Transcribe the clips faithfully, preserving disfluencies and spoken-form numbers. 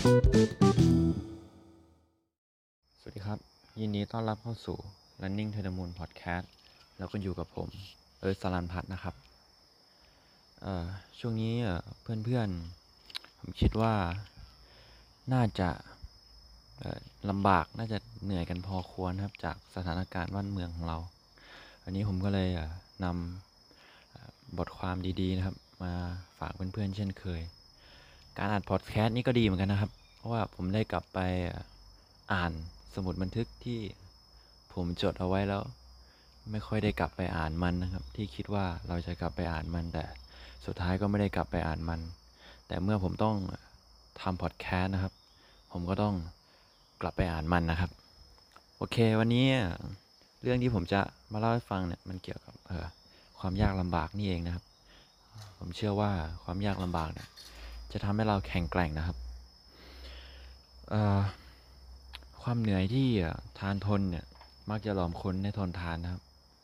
สวัสดีครับยินดีต้อนรับเข้าสู่ Running to the Moon Podcast แล้วก็อยู่กับผมเอิร์ธ สรัญพัฒน์นะครับเอ่อช่วงนี้เอ่อเพื่อนๆผมคิดว่าน่าจะเอ่อลำบากน่าจะเหนื่อยกันพอควรครับจากสถานการณ์บ้านเมืองของเราวันนี้ผมก็เลยเอ่อนำเอ่อบทความดีๆนะครับมาฝากเพื่อนๆเช่นเคยการอ่านพอดแคสต์นี่ก็ดีเหมือนกันนะครับเพราะว่าผมได้กลับไปเอ่ออ่านสมุดบันทึกที่ผมจดเอาไว้แล้วไม่ค่อยได้กลับไปอ่านมันนะครับที่คิดว่าเราจะกลับไปอ่านมันแต่สุดท้ายก็ไม่ได้กลับไปอ่านมันแต่เมื่อผมต้องทำพอดแคสต์นะครับผมก็ต้องกลับไปอ่านมันนะครับโอเควันนี้เรื่องที่ผมจะมาเล่าให้ฟังเนี่ยมันเกี่ยวกับเอ่อความยากลำบากนี่เองนะครับผมเชื่อว่าความยากลำบากเนี่ยจะทำให้เราแข็งแกร่งนะครับเอ่อความเหนื่อยที่ทานทนเนี่ยมักจะหลอมคนให้ทนทานนะครับ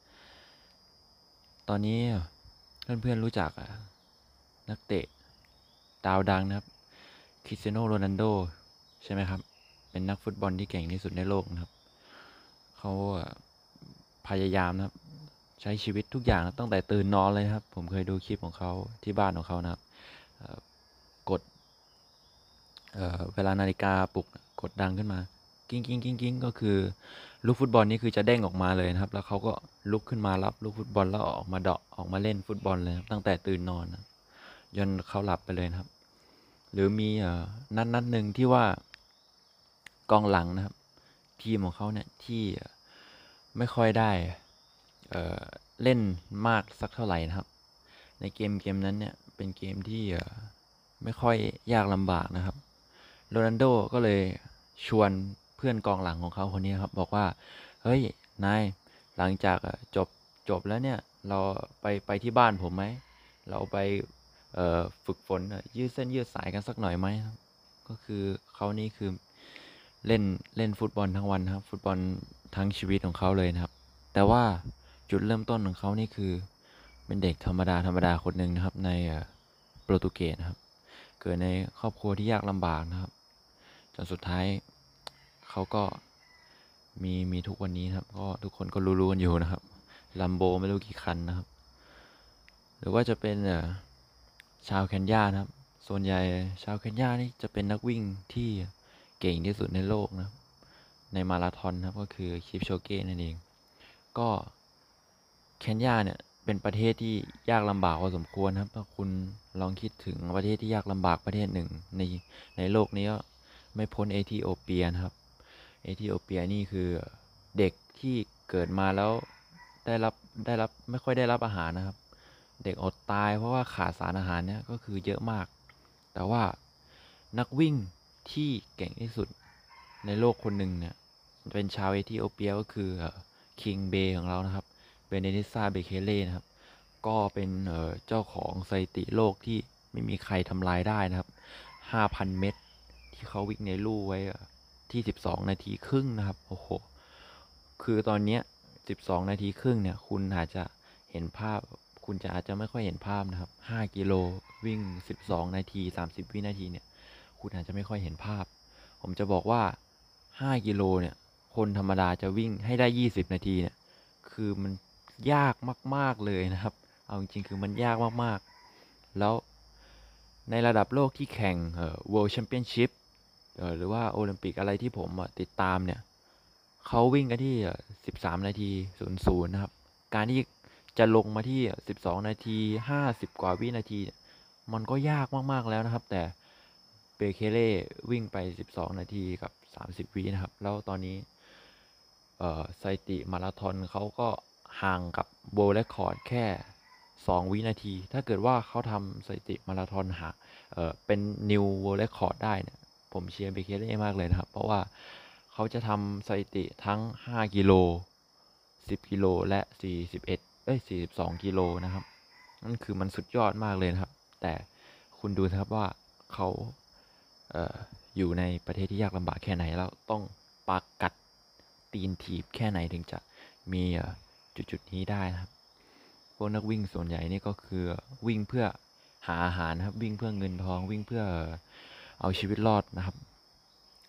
ตอนนี้เพื่อนๆรู้จักนักเตะดาวดังนะครับคริสเตียโนโรนัลโดใช่ไหมครับเป็นนักฟุตบอลที่เก่งที่สุดในโลกนะครับเขาพยายามนะครับใช้ชีวิตทุกอย่างตั้งแต่ตื่นนอนเลยครับผมเคยดูคลิปของเขาที่บ้านของเขานะครับกดเเวลานาฬิกาปลุกกดดังขึ้นมากิ้งกิ้งกิ้งกิ้งก็คือลูกฟุตบอลนี่คือจะเด้งออกมาเลยนะครับแล้วเขาก็ลุกขึ้นมารับลูกฟุตบอลแล้วออกมาเดาะออกมาเล่นฟุตบอลเลยครับตั้งแต่ตื่นนอนนะจนเขาหลับไปเลยนะครับหรือมีนัดนัดหนึ่งที่ว่ากองหลังนะครับทีมของเขาเนี่ยที่ไม่ค่อยได้เเล่นมากสักเท่าไหร่นะครับในเกมเกมนั้นเนี่ยเป็นเกมที่ไม่ค่อยยากลำบากนะครับโรนัลโดก็เลยชวนเพื่อนกองหลังของเขาคนนี้ครับบอกว่าเฮ้ยนายหลังจากจบจบแล้วเนี่ยเราไปไปที่บ้านผมไหมเราไปฝึกฝนยืดเส้นยืดสายกันสักหน่อยไหมก็คือเขานี่คือเล่นเล่นฟุตบอลทั้งวันครับฟุตบอลทั้งชีวิตของเขาเลยนะครับแต่ว่าจุดเริ่มต้นของเขานี่คือเป็นเด็กธรรมดาธรรมดาคนหนึ่งนะครับในโปรตุเกสนะครับเกิดในครอบครัวที่ยากลำบากนะครับจนสุดท้ายเขาก็มีมีทุกวันนี้นะครับก็ทุกคนก็รู้ๆกันอยู่นะครับลัมโบไม่รู้กี่คันนะครับหรือว่าจะเป็นชาวเคนยานะครับส่วนใหญ่ชาวเคนยานี่จะเป็นนักวิ่งที่เก่งที่สุดในโลกนะครับในมาราธอนนะครับก็คือคิปโชเก้นั่นเองก็เคนยาเนี่ยเป็นประเทศที่ยากลำบากพอสมควรครับถ้าคุณลองคิดถึงประเทศที่ยากลำบากประเทศหนึ่งในในโลกนี้ก็ไม่พ้นเอธิโอเปียนะครับเอธิโอเปียนี่คือเด็กที่เกิดมาแล้วได้รับได้รับไม่ค่อยได้รับอาหารนะครับเด็กอดตายเพราะว่าขาดสารอาหารเนี่ยก็คือเยอะมากแต่ว่านักวิ่งที่เก่งที่สุดในโลกคนหนึ่งเนี่ยเป็นชาวเอธิโอเปียก็คือคิงเบของเรานะครับเบเนดิซาเบเคเล่นะครับก็เป็นเจ้าของสถิติโลกที่ไม่มีใครทำลายได้นะครับ ห้าพัน เมตรที่เขาวิ่งในลู่ไว้ที่สิบสองนาทีครึ่งนะครับโอ้โหคือตอนนี้สิบสองนาทีครึ่งเนี่ยคุณอาจจะเห็นภาพคุณจะอาจจะไม่ค่อยเห็นภาพนะครับห้ากิโลวิ่งสิบสองนาทีสามสิบวินาทีเนี่ยคุณอาจจะไม่ค่อยเห็นภาพผมจะบอกว่าห้ากิโลเนี่ยคนธรรมดาจะวิ่งให้ได้ยี่สิบนาทีเนี่ยคือมันยากมากๆเลยนะครับเอาจริงๆคือมันยากมากๆแล้วในระดับโลกที่แข่งเอ่อ World Championship เอ่อหรือว่าโอลิมปิกอะไรที่ผมติดตามเนี่ยเขาวิ่งกันที่สิบสามนาทีศูนย์ศูนย์นะครับการที่จะลงมาที่สิบสองนาทีห้าสิบกว่าวินาทีมันก็ยากมากๆแล้วนะครับแต่เบเคเล่วิ่งไปสิบสองนาทีกับสามสิบวินะครับแล้วตอนนี้สถิติมาราธอนเขาก็ห่างกับโวลด์เรคคอร์ดแค่สองวินาทีถ้าเกิดว่าเขาทำสถิติมาราธอนหาเอ่อเป็นนิวโวลด์เรคคอร์ดได้เนี่ยผมเชียร์เบเคเล่มากเลยนะครับเพราะว่าเขาจะทำสถิติทั้งห้ากิโลสิบกิโลและสี่สิบเอ็ดเอ้ยสี่สิบสองกิโลนะครับนั่นคือมันสุดยอดมากเลยนะครับแต่คุณดูนะครับว่าเขาเอ่ออยู่ในประเทศที่ยากลำบากแค่ไหนแล้วต้องปากกัดตีนถีบแค่ไหนถึงจะมีจุดๆนี้ได้นะครับพวกนักวิ่งส่วนใหญ่นี่ก็คือวิ่งเพื่อหาอาหารนะครับวิ่งเพื่อเงินทองวิ่งเพื่อเอาชีวิตรอดนะครับ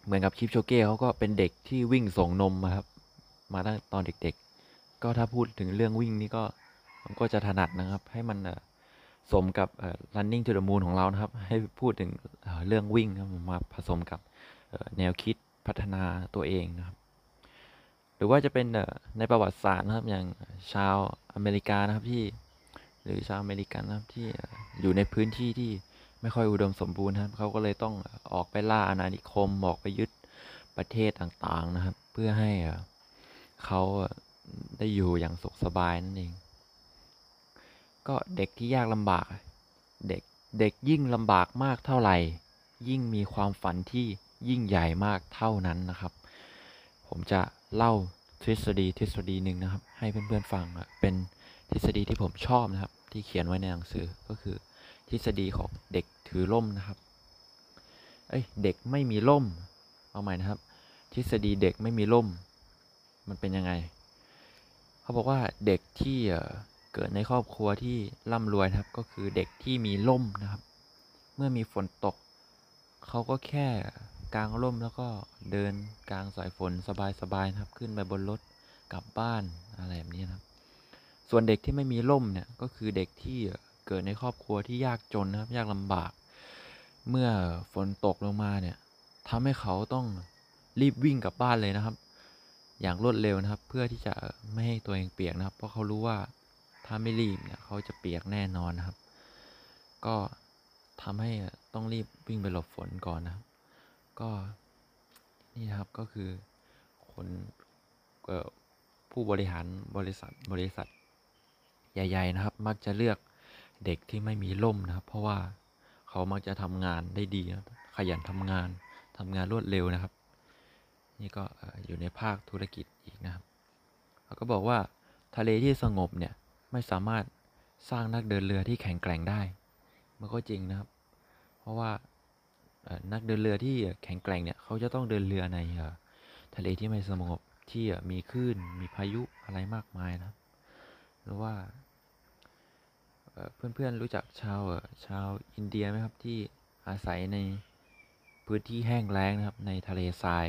เหมือนกับคิปโชเก้เขาก็เป็นเด็กที่วิ่งส่งนมมาครับมาตั้งตอนเด็กๆก็ถ้าพูดถึงเรื่องวิ่งนี่ก็ผมก็จะถนัดนะครับให้มันสมกับ running to the moon ของเรานะครับให้พูดถึงเรื่องวิ่งครับมาผสมกับแนวคิดพัฒนาตัวเองนะครับหรือว่าจะเป็นในประวัติศาสตร์นะครับอย่างชาวอเมริกานะครับที่หรือชาวอเมริกันนะครับที่อยู่ในพื้นที่ที่ไม่ค่อยอุดมสมบูรณ์ครับเขาก็เลยต้องออกไปล่าอาณานิคมออกไปยึดประเทศต่างๆนะครับเพื่อให้เขาได้อยู่อย่างสุขสบายนั่นเองก็เด็กที่ยากลำบากเด็กเด็กยิ่งลำบากมากเท่าไหร่ยิ่งมีความฝันที่ยิ่งใหญ่มากเท่านั้นนะครับผมจะเล่าทฤษฎีทฤษฎีหนึ่งนะครับให้เพื่อนๆฟังเป็นทฤษฎีที่ผมชอบนะครับที่เขียนไว้ในหนังสือก็คือทฤษฎีของเด็กถือร่มนะครับเอ้ยเด็กไม่มีร่มเอาใหม่นะครับทฤษฎีเด็กไม่มีร่มมันเป็นยังไงเขาบอกว่าเด็กที่เกิดในครอบครัวที่ร่ำรวยนะครับก็คือเด็กที่มีร่มนะครับเมื่อมีฝนตกเขาก็แค่กางร่มแล้วก็เดินกลางสายฝนสบายๆนะครับขึ้นไปบนรถกลับบ้านอะไรแบบนี้นะครับส่วนเด็กที่ไม่มีร่มเนี่ยก็คือเด็กที่เกิดในครอบครัวที่ยากจนนะครับยากลำบากเมื่อฝนตกลงมาเนี่ยทำให้เขาต้องรีบวิ่งกลับบ้านเลยนะครับอย่างรวดเร็วนะครับเพื่อที่จะไม่ให้ตัวเองเปียกนะครับเพราะเขารู้ว่าถ้าไม่รีบเนี่ยเขาจะเปียกแน่นอนนะครับก็ทำให้ต้องรีบวิ่งไปหลบฝนก่อนนะครับก็นี่นะครับก็คือคนผู้บริหารบริษัทบริษัทใหญ่ๆนะครับมักจะเลือกเด็กที่ไม่มีร่มนะครับเพราะว่าเขามักจะทำงานได้ดีนะขยันทำงานทำงานรวดเร็วนะครับนี่ก็อยู่ในภาคธุรกิจอีกนะครับเขาก็บอกว่าทะเลที่สงบเนี่ยไม่สามารถสร้างนักเดินเรือที่แข็งแกร่งได้มันก็จริงนะครับเพราะว่านักเดินเรือที่แข็งแกร่งเนี่ยเขาจะต้องเดินเรือในทะเลที่ไม่สงบที่มีคลื่นมีพายุอะไรมากมายนะครับหรือว่าเพื่อนๆรู้จักชาวชาวอินเดียไหมครับที่อาศัยในพื้นที่แห้งแล้งนะครับในทะเลทราย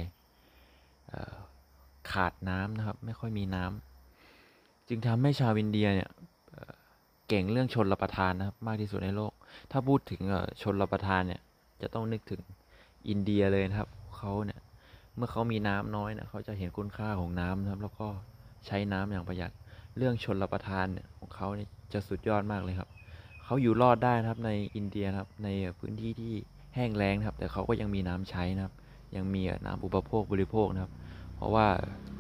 ขาดน้ำนะครับไม่ค่อยมีน้ำจึงทำให้ชาวอินเดียเนี่ยเก่งเรื่องชลประทานนะครับมากที่สุดในโลกถ้าพูดถึงชลประทานเนี่ยจะต้องนึกถึงอินเดียเลยนะครับเขาเนี่ยเมื่อเขามีน้ำน้อยเนี่ยเขาจะเห็นคุณค่าของน้ำนะครับแล้วก็ใช้น้ำอย่างประหยัดเรื่องชลประทานเนี่ยของเขาเนี่ยจะสุดยอดมากเลยครับเขาอยู่รอดได้นะครับในอินเดียนะครับในพื้นที่ที่แห้งแล้งนะครับแต่เขาก็ยังมีน้ำใช้นะครับยังมีน้ำอุปโภคบริโภคนะครับเพราะว่า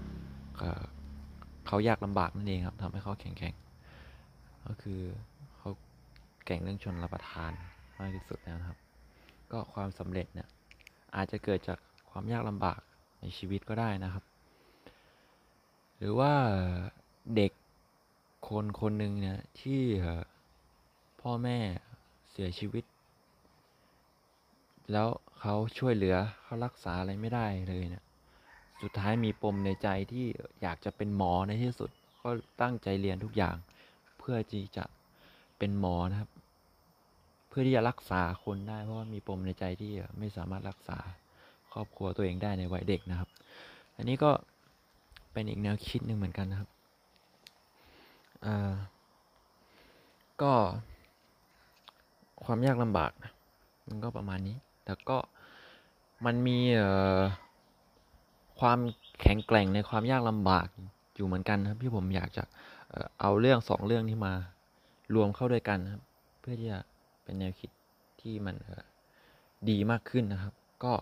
เขายากลำบากนั่นเองครับทำให้เขาแข็งแกร่งก็คือเขาเก่งเรื่องชนรับประทานมากที่สุดแล้วครับก็ความสำเร็จเนี่ยอาจจะเกิดจากความยากลำบากในชีวิตก็ได้นะครับหรือว่าเด็กคนคนหนึ่งเนี่ยที่พ่อแม่เสียชีวิตแล้วเขาช่วยเหลือเขารักษาอะไรไม่ได้เลยเนี่ยสุดท้ายมีปมในใจที่อยากจะเป็นหมอในที่สุดก็ตั้งใจเรียนทุกอย่างเพื่อที่จะเป็นหมอนะครับเพื่อที่จะรักษาคนได้เพราะว่ามีปมในใจที่ไม่สามารถรักษาครอบครัวตัวเองได้ในวัยเด็กนะครับอันนี้ก็เป็นอีกแนวคิดหนึ่งเหมือนกันนะครับอ่าก็ความยากลำบากนะมันก็ประมาณนี้แต่ก็มันมีความแข็งแกร่งในความยากลำบากอยู่เหมือนกันนะครับที่ผมอยากจะเอาเรื่องสองเรื่องนี้มารวมเข้าด้วยกันนะครับเพื่อที่จะเป็นแนวคิดที่มันดีมากขึ้นนะครับก็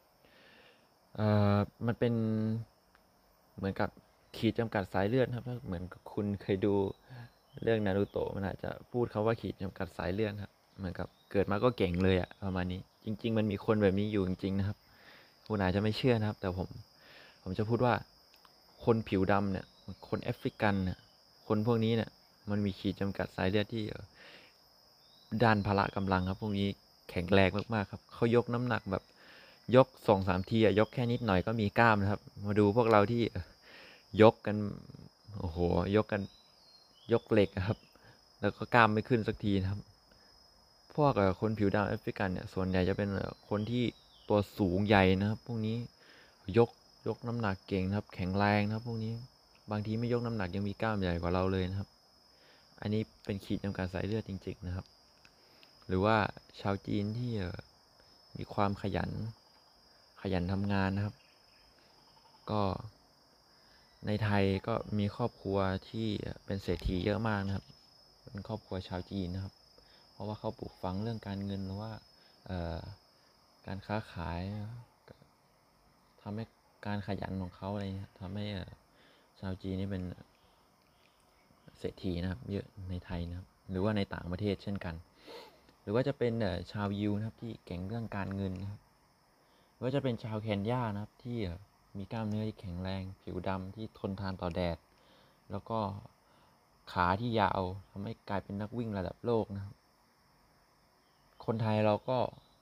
มันเป็นเหมือนกับขีดจำกัดสายเลือดครับเหมือนคุณเคยดูเรื่องนารูโตะมันอาจจะพูดคำว่าขีดจำกัดสายเลือดครับเหมือนกับเกิดมาก็เก่งเลยอะประมาณนี้จริงๆมันมีคนแบบนี้อยู่จริงๆนะครับคุณอาจจะไม่เชื่อนะครับแต่ผมผมจะพูดว่าคนผิวดำเนี่ยคนแอฟริกันเนี่ยคนพวกนี้เนี่ยมันมีขีดจำกัดสายเลือดที่ด้านพละกำลังครับพวกนี้แข็งแรงมากๆครับเขายกน้ำหนักแบบยกสองสามทีอะยกแค่นิดหน่อยก็มีกล้ามนะครับมาดูพวกเราที่ยกกันโอ้โหยกกันยกเหล็กครับแล้วก็กล้ามไม่ขึ้นสักทีนะครับพวกคนผิวดำแอฟริกันเนี่ยส่วนใหญ่จะเป็นคนที่ตัวสูงใหญ่นะครับพวกนี้ยกยกน้ำหนักเก่งนะครับแข็งแรงนะครับพวกนี้บางทีไม่ยกน้ำหนักยังมีกล้ามใหญ่กว่าเราเลยนะครับอันนี้เป็นขีดจำกัดสายเลือดจริงๆนะครับหรือว่าชาวจีนที่มีความขยันขยันทำงานนะครับก็ในไทยก็มีครอบครัวที่เป็นเศรษฐีเยอะมากนะครับเป็นครอบครัวชาวจีนนะครับเพราะว่าเขาปลูกฝังเรื่องการเงินหรือว่าการค้าขายทำให้การขยันของเขาอะไรเงี้ยทำให้ชาวจีนนี่เป็นเศรษฐีนะครับเยอะในไทยนะครับหรือว่าในต่างประเทศเช่นกันหรือว่าจะเป็นชาวยิวนะครับที่เก่งเรื่องการเงินนะครับหรือว่าจะเป็นชาวเคนยานะครับที่มีกล้ามเนื้อที่แข็งแรงผิวดำที่ทนทานต่อแดดแล้วก็ขาที่ยาวทำให้กลายเป็นนักวิ่งระดับโลกนะครับคนไทยเราก็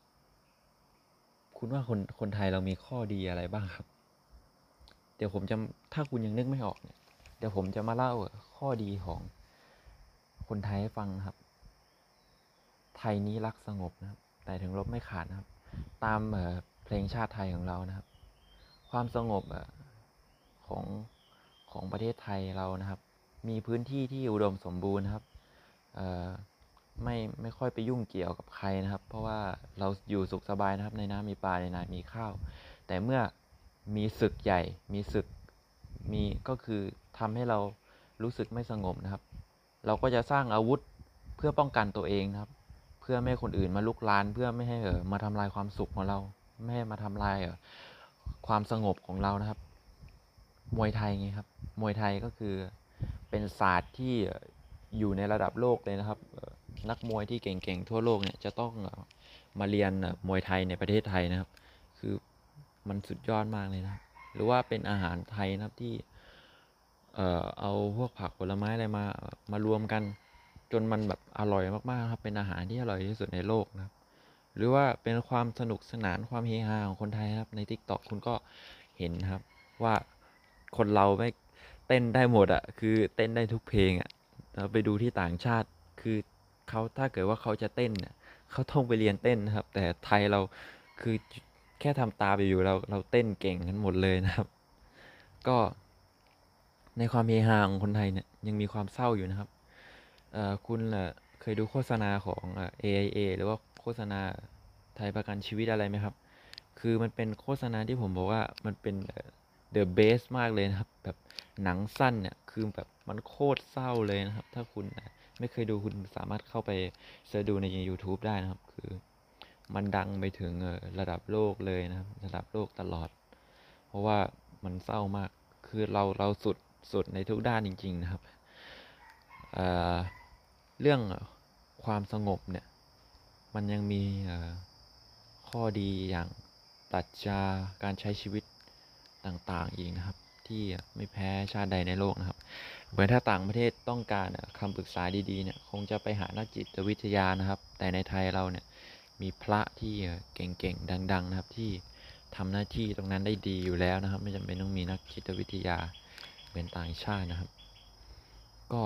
คุณว่าคนคนไทยเรามีข้อดีอะไรบ้างครับเดี๋ยวผมจะถ้าคุณยังนึกไม่ออกเนี่ยเดี๋ยวผมจะมาเล่าข้อดีของคนไทยให้ฟังนะครับไทยนี้รักสงบนะครับแต่ถึงรบไม่ขาดนะครับตามเพลงชาติไทยของเรานะครับความสงบของของประเทศไทยเรานะครับมีพื้นที่ที่อุดมสมบูรณ์นะครับไม่ไม่ค่อยไปยุ่งเกี่ยวกับใครนะครับเพราะว่าเราอยู่สุขสบายนะครับในน้ำมีปลาในนามีข้าวแต่เมื่อมีศึกใหญ่มีศึกมีก็คือทำให้เรารู้สึกไม่สงบนะครับเราก็จะสร้างอาวุธเพื่อป้องกันตัวเองนะครับเพื่อไม่ให้คนอื่นมาลุกลานเพื่อไม่ให้เออมาทำลายความสุขของเราไม่ให้มาทำลายเออความสงบของเรานะครับมวยไทยไงครับมวยไทยก็คือเป็นศาสตร์ที่อยู่ในระดับโลกเลยนะครับนักมวยที่เก่งๆทั่วโลกเนี่ยจะต้องมาเรียนมวยไทยในประเทศไทยนะครับคือมันสุดยอดมากเลยนะหรือว่าเป็นอาหารไทยนะครับที่เอ่อเอาพวกผักผลไม้อะไรมามารวมกันจนมันแบบอร่อยมากๆครับเป็นอาหารที่อร่อยที่สุดในโลกนะครับหรือว่าเป็นความสนุกสนานความเฮฮาของคนไทยครับใน TikTok คุณก็เห็นครับว่าคนเราไม่เต้นได้หมดอ่ะคือเต้นได้ทุกเพลงอ่ะเราไปดูที่ต่างชาติคือเขาถ้าเกิดว่าเขาจะเต้นเนี่ยเขาต้องไปเรียนเต้นนะครับแต่ไทยเราคือแค่ทำตาไปอยู่เราเราเต้นเก่งกันหมดเลยนะครับก็ในความเฮฮาของคนไทยเนี่ยยังมีความเศร้าอยู่นะครับคุณเคยดูโฆษณาของ เอ ไอ เอ หรือว่าโฆษณาไทยประกันชีวิตอะไรไหมครับคือมันเป็นโฆษณาที่ผมบอกว่ามันเป็นเดอะเบสมากเลยนะครับแบบหนังสั้นเนี่ยคือแบบมันโคตรเศร้าเลยนะครับถ้าคุณไม่เคยดูคุณสามารถเข้าไปเสิร์ชดูใน YouTube ได้นะครับคือมันดังไปถึงระดับโลกเลยนะครับระดับโลกตลอดเพราะว่ามันเศร้ามากคือเราเราสุดสุดในทุกด้านจริงๆนะครับ เอ่อเรื่องความสงบเนี่ยมันยังมีข้อดีอย่างปรัชญาการใช้ชีวิตต่างๆอีกนะครับที่ไม่แพ้ชาติใดในโลกนะครับเหมือนถ้าต่างประเทศต้องการคำปรึกษาดีๆเนี่ยคงจะไปหานักจิตวิทยานะครับแต่ในไทยเราเนี่ยมีพระที่เก่งๆดังๆนะครับที่ทำหน้าที่ตรงนั้นได้ดีอยู่แล้วนะครับไม่จำเป็นต้องมีนักจิตวิทยาเหมือนต่างชาตินะครับก็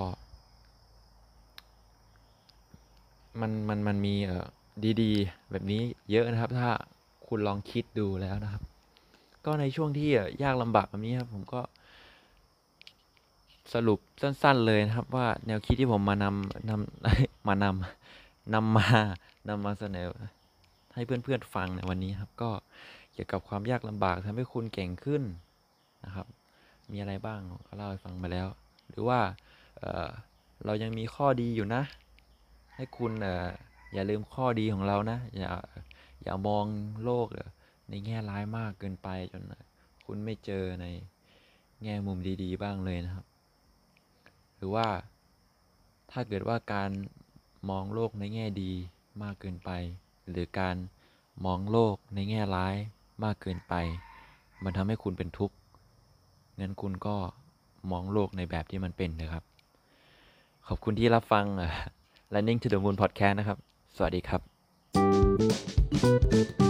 มันมันมันมีเอ่อดีๆแบบนี้เยอะนะครับถ้าคุณลองคิดดูแล้วนะครับก็ในช่วงที่ยากลำบากแบบนี้ครับผมก็สรุปสั้นๆเลยนะครับว่าแนวคิดที่ผมมานำนำมานำนำมานำมาเสนอให้เพื่อนๆฟังในวันนี้ครับก็เกี่ยวกับความยากลำบากทำให้คุณเก่งขึ้นนะครับมีอะไรบ้างก็เล่าให้ฟังมาแล้วหรือว่าเอ่อเรายังมีข้อดีอยู่นะให้คุณเอ่ออย่าลืมข้อดีของเรานะอย่าอย่ามองโลกในแง่ร้ายมากเกินไปจนคุณไม่เจอในแง่มุมดีๆบ้างเลยนะครับหรือว่าถ้าเกิดว่าการมองโลกในแง่ดีมากเกินไปหรือการมองโลกในแง่ร้ายมากเกินไปมันทำให้คุณเป็นทุกข์งั้นคุณก็มองโลกในแบบที่มันเป็นนะครับขอบคุณที่รับฟัง Running to the Moon Podcast นะครับสวัสดีครับ